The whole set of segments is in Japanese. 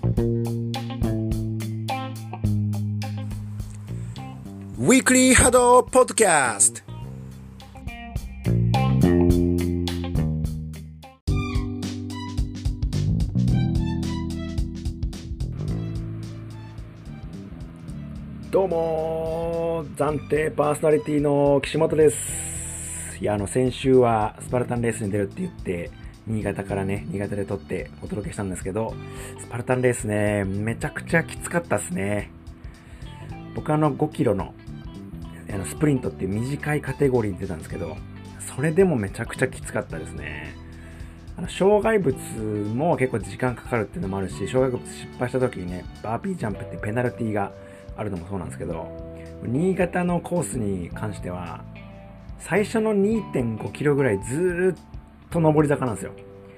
ウィークリーハードポッドキャスト。どうも暫定パーソナリティの岸本です。いや、先週はスパルタンレースに出るって言って新潟で撮ってお届けしたんですけど、スパルタンレースね、めちゃくちゃきつかったですね。僕5キロのスプリントっていう短いカテゴリーに出たんですけど、それでもめちゃくちゃきつかったですね。障害物も結構時間かかるっていうのもあるし、障害物失敗した時にね、バーピージャンプっていうペナルティーがあるのもそうなんですけど、新潟のコースに関しては最初の 2.5 キロぐらいずーっと上り坂なんですよ。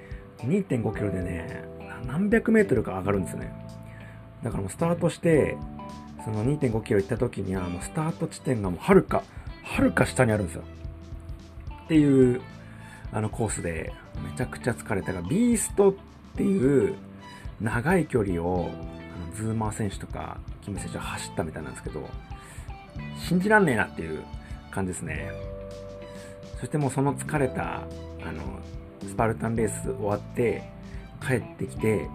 2.5 キロでね、何百メートルか上がるんですね。だからもうスタートしてその 2.5 キロ行った時にはもうスタート地点がもうはるか下にあるんですよっていうコースで、めちゃくちゃ疲れたが、ビーストっていう長い距離をズーマー選手とかキム選手は走ったみたいなんですけど、信じらんねえなっていう感じですね。そしてもうその疲れたスパルタンレース終わって帰ってきて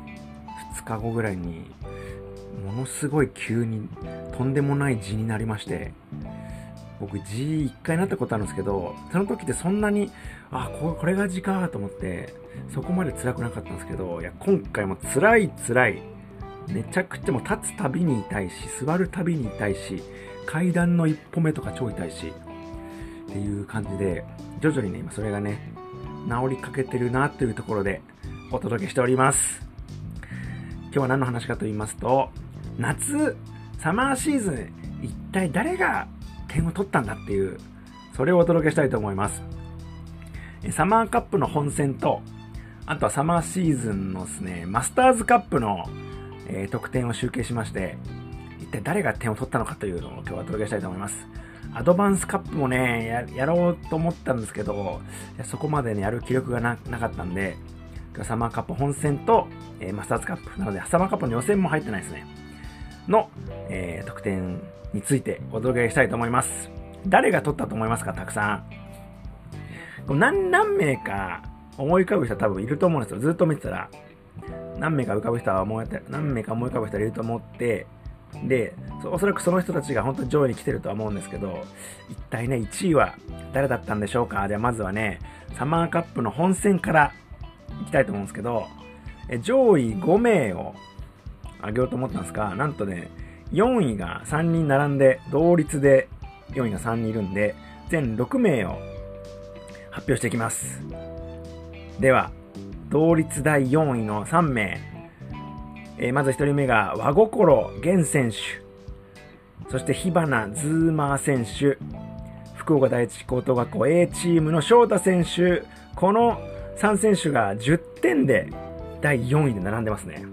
2日後ぐらいにものすごい急にとんでもない痔になりまして、僕痔1回なったことあるんですけど、その時ってそんなにこれが痔かと思ってそこまで辛くなかったんですけど、いや今回も辛いめちゃくちゃもう立つたびに痛いし、座るたびに痛いし、階段の一歩目とか超痛いしっていう感じで、徐々にね今それがね治りかけてるなというところでお届けしております。今日は何の話かと言いますと、夏サマーシーズン一体誰が点を取ったんだっていう、それをお届けしたいと思います。サマーカップの本戦と、あとはサマーシーズンのですねマスターズカップの得点を集計しまして、一体誰が点を取ったのかというのを今日はお届けしたいと思います。アドバンスカップもね やろうと思ったんですけど、そこまでねやる気力がなかったんで、今日サマーカップ本戦と、マスターズカップなので、サマーカップの予選も入ってないですねの、得点についてお届けしたいと思います。誰が取ったと思いますか？たくさん何名か思い浮かぶ人は多分いると思うんですよ。ずっと見てたら何名か思い浮かぶ人はいると思って、でおそらくその人たちが本当に上位に来てるとは思うんですけど、一体ね1位は誰だったんでしょうか。ではまずはねサマーカップの本戦からいきたいと思うんですけど、上位5名を挙げようと思ったんですが、なんとね4位が3人並んで同率で4位が3人いるんで、全6名を発表していきます。では同率第4位の3名、まず1人目が和心源選手、そして火花ズーマー選手、福岡第一高等学校 A チームの翔太選手、この3選手が10点で第4位で並んでますね。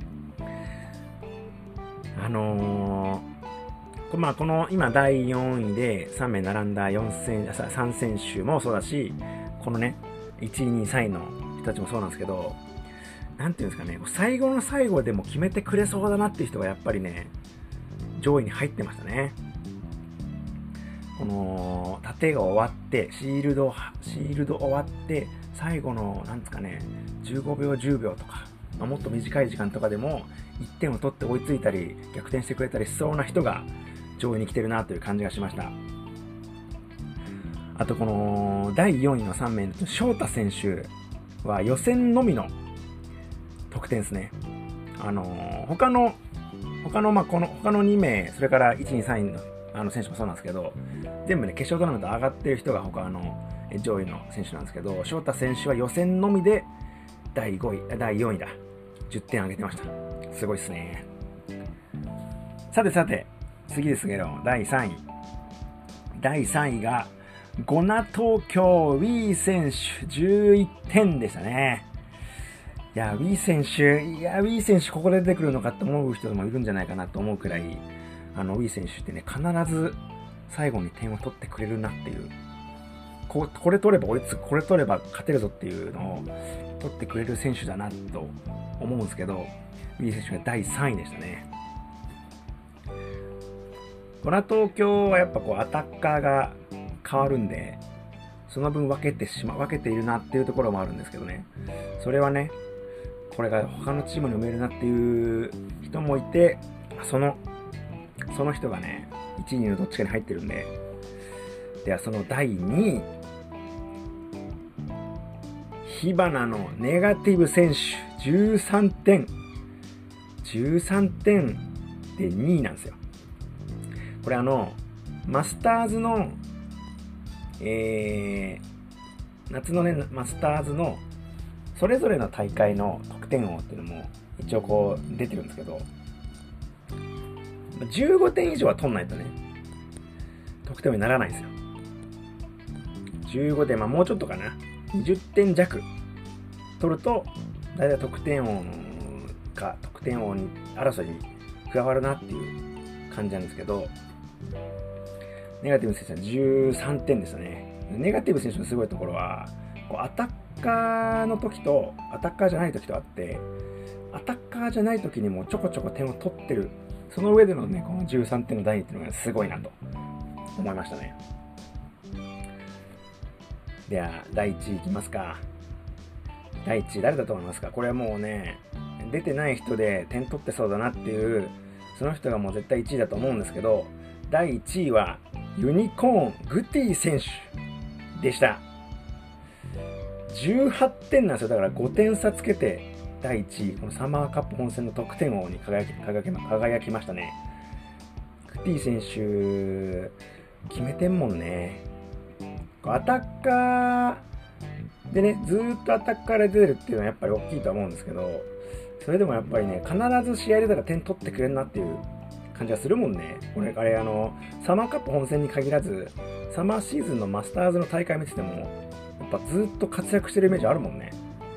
この今第4位で3名並んだ3選手もそうだし、このね1位2位3位の人たちもそうなんですけど、なんていうんですかね、最後の最後でも決めてくれそうだなっていう人がやっぱりね上位に入ってましたね。この盾が終わってシールド終わって最後のなんですかね15秒10秒とか、もっと短い時間とかでも1点を取って追いついたり逆転してくれたりしそうな人が上位に来てるなという感じがしました。あとこの第4位の3名の翔太選手は予選のみの得点ですね。他の2名、それから1、2、3位の選手もそうなんですけど、全部ね決勝トーナメント上がってる人が他の上位の選手なんですけど、翔太選手は予選のみで第4位だ、10点上げてました。すごいですね。さて次ですけど、第3位がゴナ東京ウィー選手11点でしたね。ウィー選手ここで出てくるのかと思う人もいるんじゃないかなと思うくらい、ウィー選手ってね必ず最後に点を取ってくれるなっていう、これ取れば追いつく、これ取れば勝てるぞっていうのを取ってくれる選手だなと思うんですけど、ウィー選手が第3位でしたね。この東京はやっぱこうアタッカーが変わるんで、その分分けているなっていうところもあるんですけどね。それはね、これが他のチームに埋めるなっていう人もいて、その人がね、1位のどっちかに入ってるんで、ではその第2位、火花のネガティブ選手13点で2位なんですよ。これマスターズの夏のねマスターズのそれぞれの大会の得点王っていうのも一応こう出てるんですけど、15点以上は取んないとね得点王にならないんですよ。15点、もうちょっとかな、20点弱取るとだいたい得点王に争いに加わるなっていう感じなんですけど、ネガティブ選手は13点でしたね。ネガティブ選手のすごいところはこうアタッカーの時とアタッカーじゃない時とあって、アタッカーじゃない時にもちょこちょこ点を取ってる、その上でのねこの13点の第2っていうのがすごいなと思いましたね。では第1位いきますか。第1位誰だと思いますか。これはもうね、出てない人で点取ってそうだなっていうその人がもう絶対1位だと思うんですけど、第1位はユニコーングティ選手でした。18点なんですよ。だから5点差つけて第1位、このサマーカップ本戦の得点王に輝きましたね。グティ選手決めてんもんね。アタッカーでね、ずーっとアタッカーで出てるっていうのはやっぱり大きいと思うんですけど、それでもやっぱりね、必ず試合出たら点取ってくれるなっていう感じがするもんね。これサマーカップ本戦に限らず、サマーシーズンのマスターズの大会見てても、やっぱずっと活躍してるイメージあるもんね。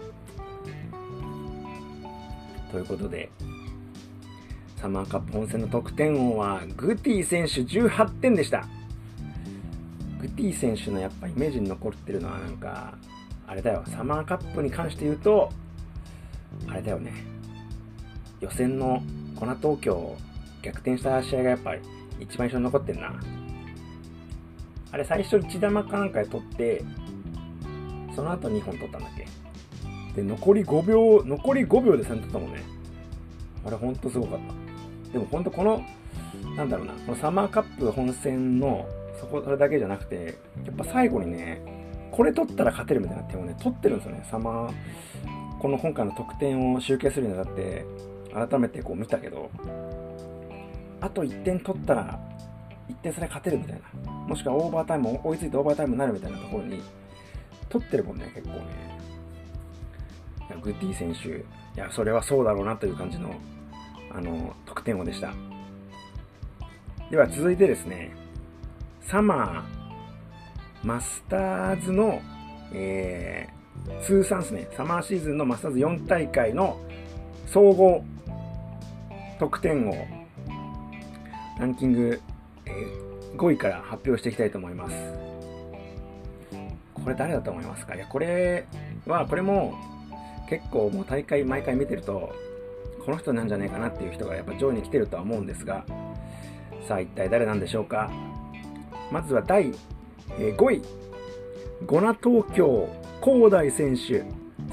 ということで、サマーカップ本戦の得点王はグティ選手18点でした。グティ選手のやっぱイメージに残ってるのはなんかあれだよ、サマーカップに関して言うとあれだよね、予選の粉東京を逆転した試合がやっぱり一番印象に残ってんな。あれ最初1玉かなんかで取って、その後2本取ったんだっけで、残り5秒で先取ったもんね。あれほんとすごかった。でもほんとこのなんだろうな、このサマーカップ本戦のそれだけじゃなくて、やっぱ最後にね、これ取ったら勝てるみたいな点をね、取ってるんですよね。この今回の得点を集計するにあたって、改めてこう見たけど、あと1点取ったら、1点差で勝てるみたいな。もしくはオーバータイム、追いついてオーバータイムになるみたいなところに、取ってるもんね、結構ね。いやグティ選手、いや、それはそうだろうなという感じの、得点王でした。では続いてですね、サマーマスターズの、通算ですね、サマーシーズンのマスターズ4大会の総合得点王ランキング、5位から発表していきたいと思います。これ誰だと思いますか。いや、これも結構もう大会毎回見てるとこの人なんじゃないかなっていう人がやっぱ上位に来てるとは思うんですが、さあ一体誰なんでしょうか。まずは第5位、ゴナ東京広大選手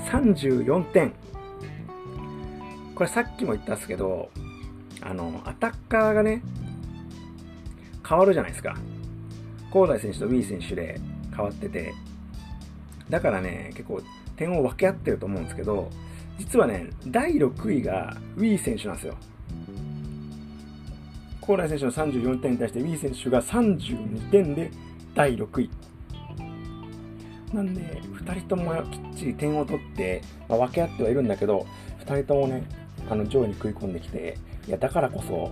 34点。これさっきも言ったんですけど、アタッカーがね変わるじゃないですか。広大選手とウィー選手で変わってて、だからね結構点を分け合ってると思うんですけど、実はね第6位がウィー選手なんですよ。広大選手の34点に対してウィー選手が32点で第6位なんで、2人ともきっちり点を取って、分け合ってはいるんだけど、2人ともね上位に食い込んできて、いやだからこそこ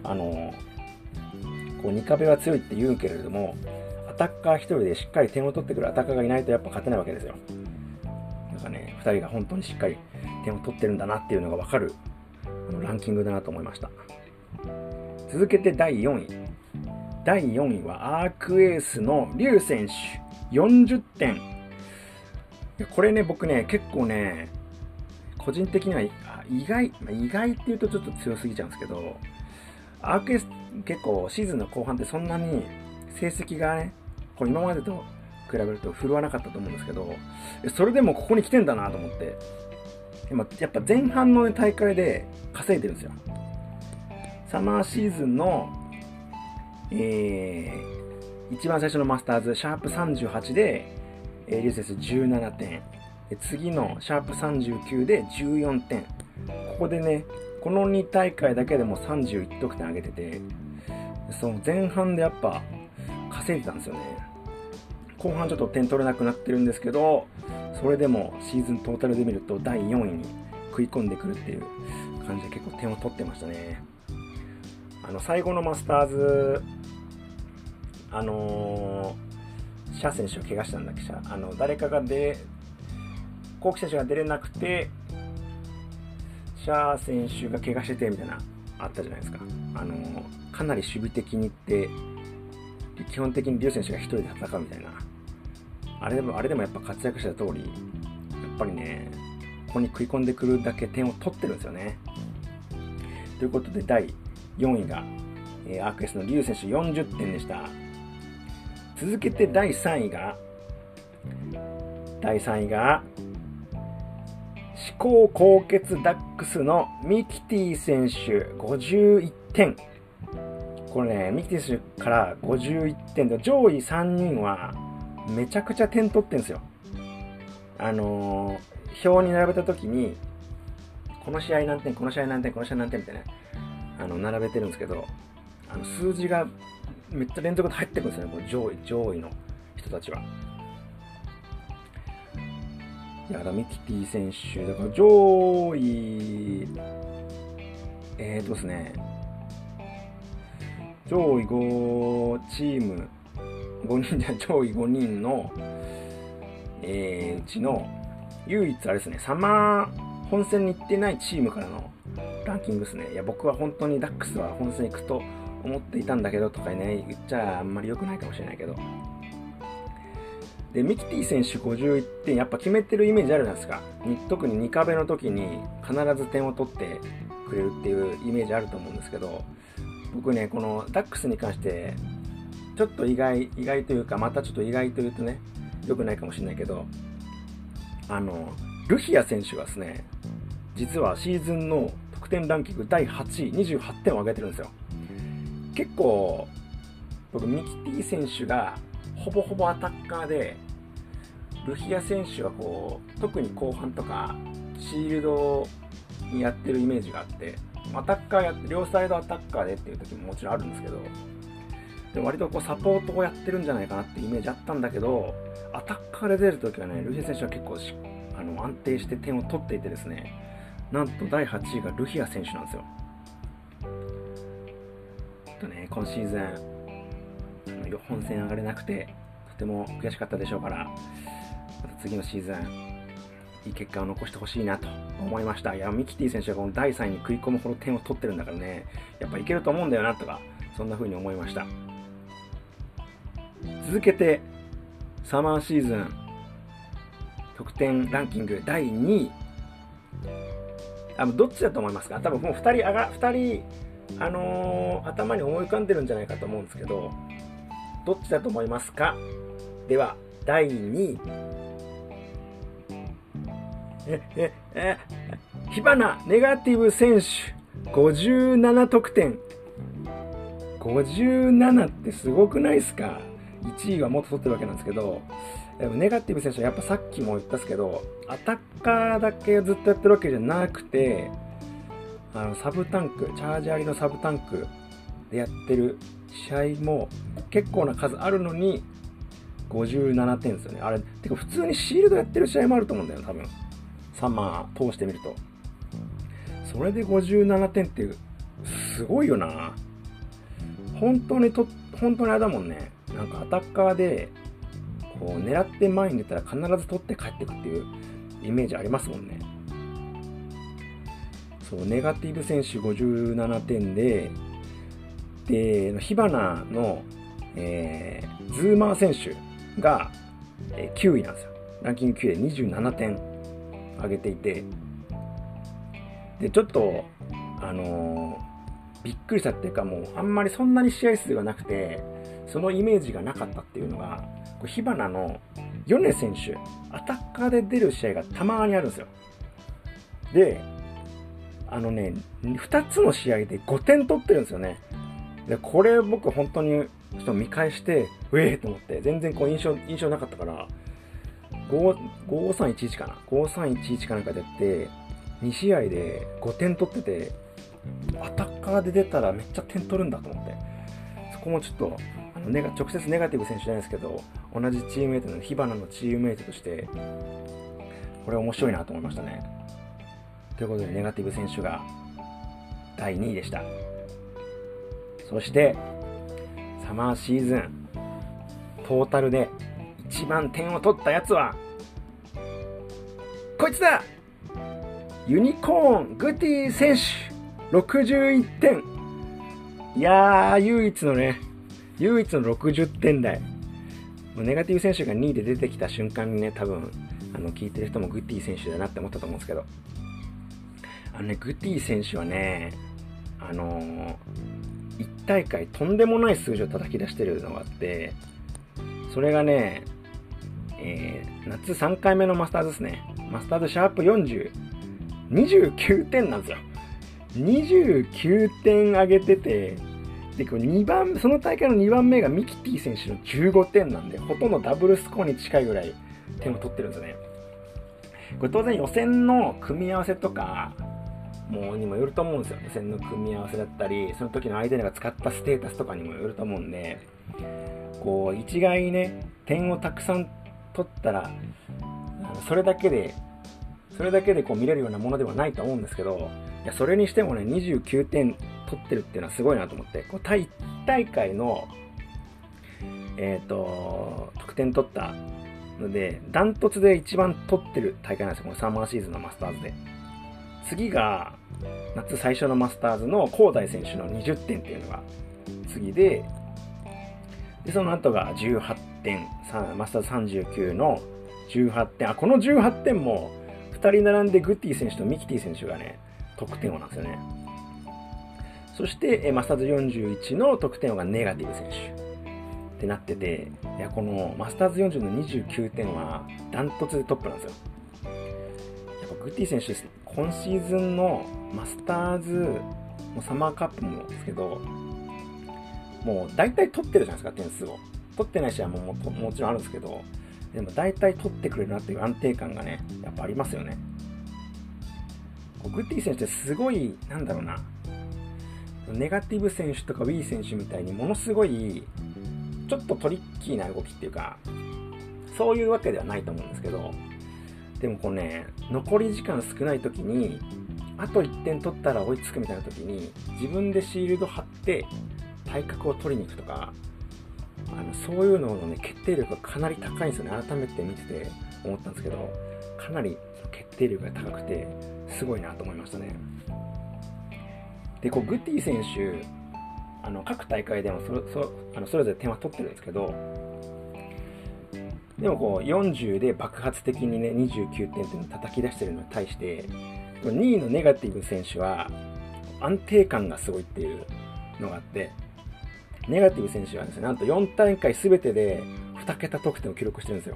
う2壁は強いって言うけれども、アタッカー1人でしっかり点を取ってくるアタッカーがいないとやっぱ勝てないわけですよ。なんかね、2人が本当にしっかり点を取ってるんだなっていうのが分かるランキングだなと思いました。続けて第4位。第4位はアークエースのリュウ選手40点。これね僕ね結構ね個人的には意外っていうとちょっと強すぎちゃうんですけど、アークエス結構シーズンの後半ってそんなに成績がね、これ今までと比べると振るわなかったと思うんですけど、それでもここに来てんだなと思って、やっぱ前半の大会で稼いでるんですよ。サマーシーズンの、一番最初のマスターズ、シャープ38で、リューセス17点。次のシャープ39で14点。ここでね、この2大会だけでも31得点上げてて、その前半でやっぱ稼いでたんですよね。後半ちょっと点取れなくなってるんですけど、それでもシーズントータルで見ると第4位に食い込んでくるっていう感じで結構点を取ってましたね。最後のマスターズ、シャ選手を怪我したんだっけ、誰かがコーキ選手が出れなくて、シャー選手が怪我しててみたいなあったじゃないですか。かなり守備的にいって基本的にリュウ選手が一人で戦うみたいな、あれでもやっぱ活躍した通り、やっぱりね、ここに食い込んでくるだけ点を取ってるんですよね。ということで第4位が、アークエスのリュウ選手40点でした。続けて第3位が思考高血ダックスのミキティ選手51点。これね、ミキティ選手から51点で、上位3人はめちゃくちゃ点取ってるんですよ。表に並べた時にこの試合何点、この試合何点、この試合何点みたいな並べてるんですけど、数字がめっちゃ連続で入ってくるんですよね、この上位の人たちは。いや、ミキティ選手だから上位ですね、上位5チーム5人で上位5人の、うちの唯一あれですね、サマー本戦に行ってないチームからのランキングですね。いや、僕は本当にダックスは本戦行くと思っていたんだけどとかね、言っちゃあんまり良くないかもしれないけど、でミキティ選手51点やっぱ決めてるイメージあるじゃないですか。特に2壁の時に必ず点を取ってくれるっていうイメージあると思うんですけど、僕ね、このダックスに関してちょっと意外というか、またちょっと意外と言うとね、良くないかもしれないけど、ルヒア選手がですね、実はシーズンの得点ランキング第8位、28点を上げてるんですよ。結構僕ミキティ選手がほぼほぼアタッカーで、ルヒア選手はこう特に後半とかシールドにやってるイメージがあって、アタッカーやって両サイドアタッカーでっていう時ももちろんあるんですけど、でも割とこうサポートをやってるんじゃないかなっていうイメージあったんだけど、アタッカーで出る時はね、ルヒア選手は結構安定して点を取っていてですね、なんと第8位がルヒア選手なんですよ。今シーズン本戦上がれなくてとても悔しかったでしょうから、また次のシーズンいい結果を残してほしいなと思いました。いや、ミキティ選手がこの第3位に食い込むほど点を取ってるんだからね、やっぱいけると思うんだよなとか、そんな風に思いました。続けてサマーシーズン得点ランキング第2位、どっちだと思いますか？多分もう2人頭に思い浮かんでるんじゃないかと思うんですけど、どっちだと思いますか？では第2位、火花ネガティブ選手57得点。57ってすごくないですか？1位はもっと取ってるわけなんですけど、ネガティブ選手はやっぱさっきも言ったんですけど、アタッカーだけずっとやってるわけじゃなくて、サブタンク、チャージありのサブタンクでやってる試合も結構な数あるのに57点ですよね。あれてか普通にシールドやってる試合もあると思うんだよ、多分サマー通してみると。それで57点ってすごいよな。本当にあれだもんね、なんかアタッカーでこう狙って前に出たら必ず取って帰っていくっていうイメージありますもんね。そう、ネガティブ選手57点で、火花の、ズーマー選手が、9位なんですよ。ランキング9位で27点上げていて、 でちょっとびっくりしたっていうか、もうあんまりそんなに試合数がなくて、そのイメージがなかったっていうのが、火花の米選手、アタッカーで出る試合がたまにあるんですよ。で、2つの試合で5点取ってるんですよね。で、これ僕本当にちょっと見返して、と思って、全然こう印象なかったから、5311かな ?5311 かなんかでやって、2試合で5点取ってて、アタッカーで出たらめっちゃ点取るんだと思って、そこもちょっと直接ネガティブ選手じゃないですけど、同じチームメイトの火花のチームメイトとしてこれ面白いなと思いましたね。ということでネガティブ選手が第2位でした。そしてサマーシーズントータルで一番点を取ったやつはこいつだ、ユニコーングティ選手61点。いやー、唯一の60点台。ネガティブ選手が2位で出てきた瞬間にね、多分聞いてる人もグッティ選手だなって思ったと思うんですけど、グッティ選手はね、1大会とんでもない数字を叩き出してるのがあって、それがね、夏3回目のマスターズですね。マスターズシャープ40、29点なんですよ。29点上げてて、でその大会の2番目がミキティ選手の15点なんで、ほとんどダブルスコアに近いぐらい点を取ってるんですよね。これ当然予選の組み合わせとかにもよると思うんですよ。予選の組み合わせだったり、その時の相手が使ったステータスとかにもよると思うんで、こう一概にね、点をたくさん取ったらそれだけでこう見れるようなものではないと思うんですけど、いやそれにしてもね、29点取ってるっていうのはすごいなと思って、こう1大会の得点取ったのでダントツで一番取ってる大会なんですよ、このサマーシーズンのマスターズで。次が夏最初のマスターズの香西選手の20点っていうのが次で、その後が18点、マスターズ39の18点。この18点も2人並んでグッティ選手とミキティ選手がね得点王なんですよね。そしてマスターズ41の得点王がネガティブ選手ってなってて、いやこのマスターズ40の29点はダントツでトップなんですよ。やっぱグッティ選手です。今シーズンのマスターズもサマーカップもですけど、もう大体取ってるじゃないですか、点数を。取ってない試合ももちろんあるんですけど、でも大体取ってくれるなっていう安定感がね、やっぱありますよね。グッティ選手ってすごい、ネガティブ選手とかウィー選手みたいにものすごいちょっとトリッキーな動きっていうか、そういうわけではないと思うんですけど、でもこうね、残り時間少ない時にあと1点取ったら追いつくみたいな時に自分でシールド張って体格を取りに行くとか、そういうののね、決定力がかなり高いんですよね。改めて見てて思ったんですけど、かなり決定力が高くてすごいなと思いましたね。でグッティ選手、各大会でもそれぞれ点は取ってるんですけど、でも40で爆発的にね29点っていうのを叩き出してるのに対して、2位のネガティブ選手は安定感がすごいっていうのがあって、ネガティブ選手はですね、なんと4大会全てで2桁得点を記録してるんですよ。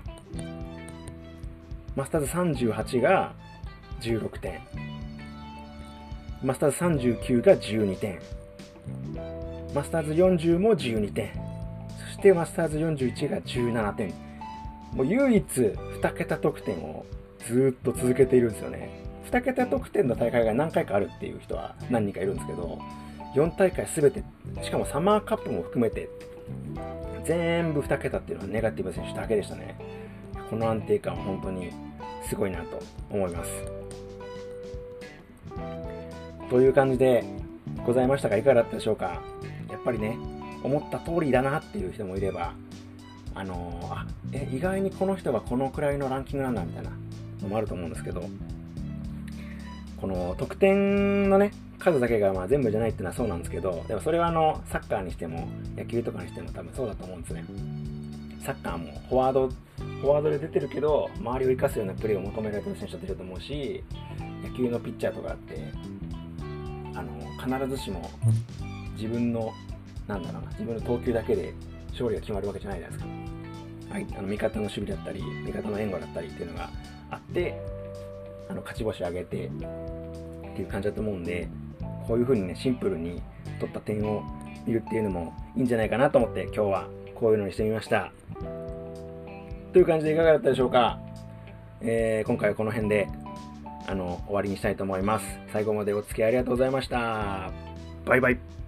マスターズ38が16点、マスターズ39が12点、マスターズ40も12点、そしてマスターズ41が17点。もう唯一2桁得点をずっと続けているんですよね。2桁得点の大会が何回かあるっていう人は何人かいるんですけど、4大会全て、しかもサマーカップも含めて全部2桁っていうのはネガティブ選手だけでしたね。この安定感は本当にすごいなと思います。という感じでございましたが、いかがだったでしょうか。やっぱりね、思った通りだなっていう人もいれば、意外にこの人がこのくらいのランキングなんだみたいなのもあると思うんですけど、この得点のね数だけが全部じゃないっていうのはそうなんですけど、でもそれはサッカーにしても野球とかにしても多分そうだと思うんですね。サッカーもフォワードで出てるけど周りを生かすようなプレーを求められてる選手だっていると思うし、野球のピッチャーとかって必ずしも自分の自分の投球だけで勝利が決まるわけじゃないじゃないですか。はい、味方の守備だったり味方の援護だったりっていうのがあって勝ち星を上げてっていう感じだと思うんで、こういう風にねシンプルに取った点を見るっていうのもいいんじゃないかなと思って今日はこういうのにしてみました。という感じでいかがだったでしょうか。今回はこの辺で終わりにしたいと思います。最後までお付き合いありがとうございました。バイバイ。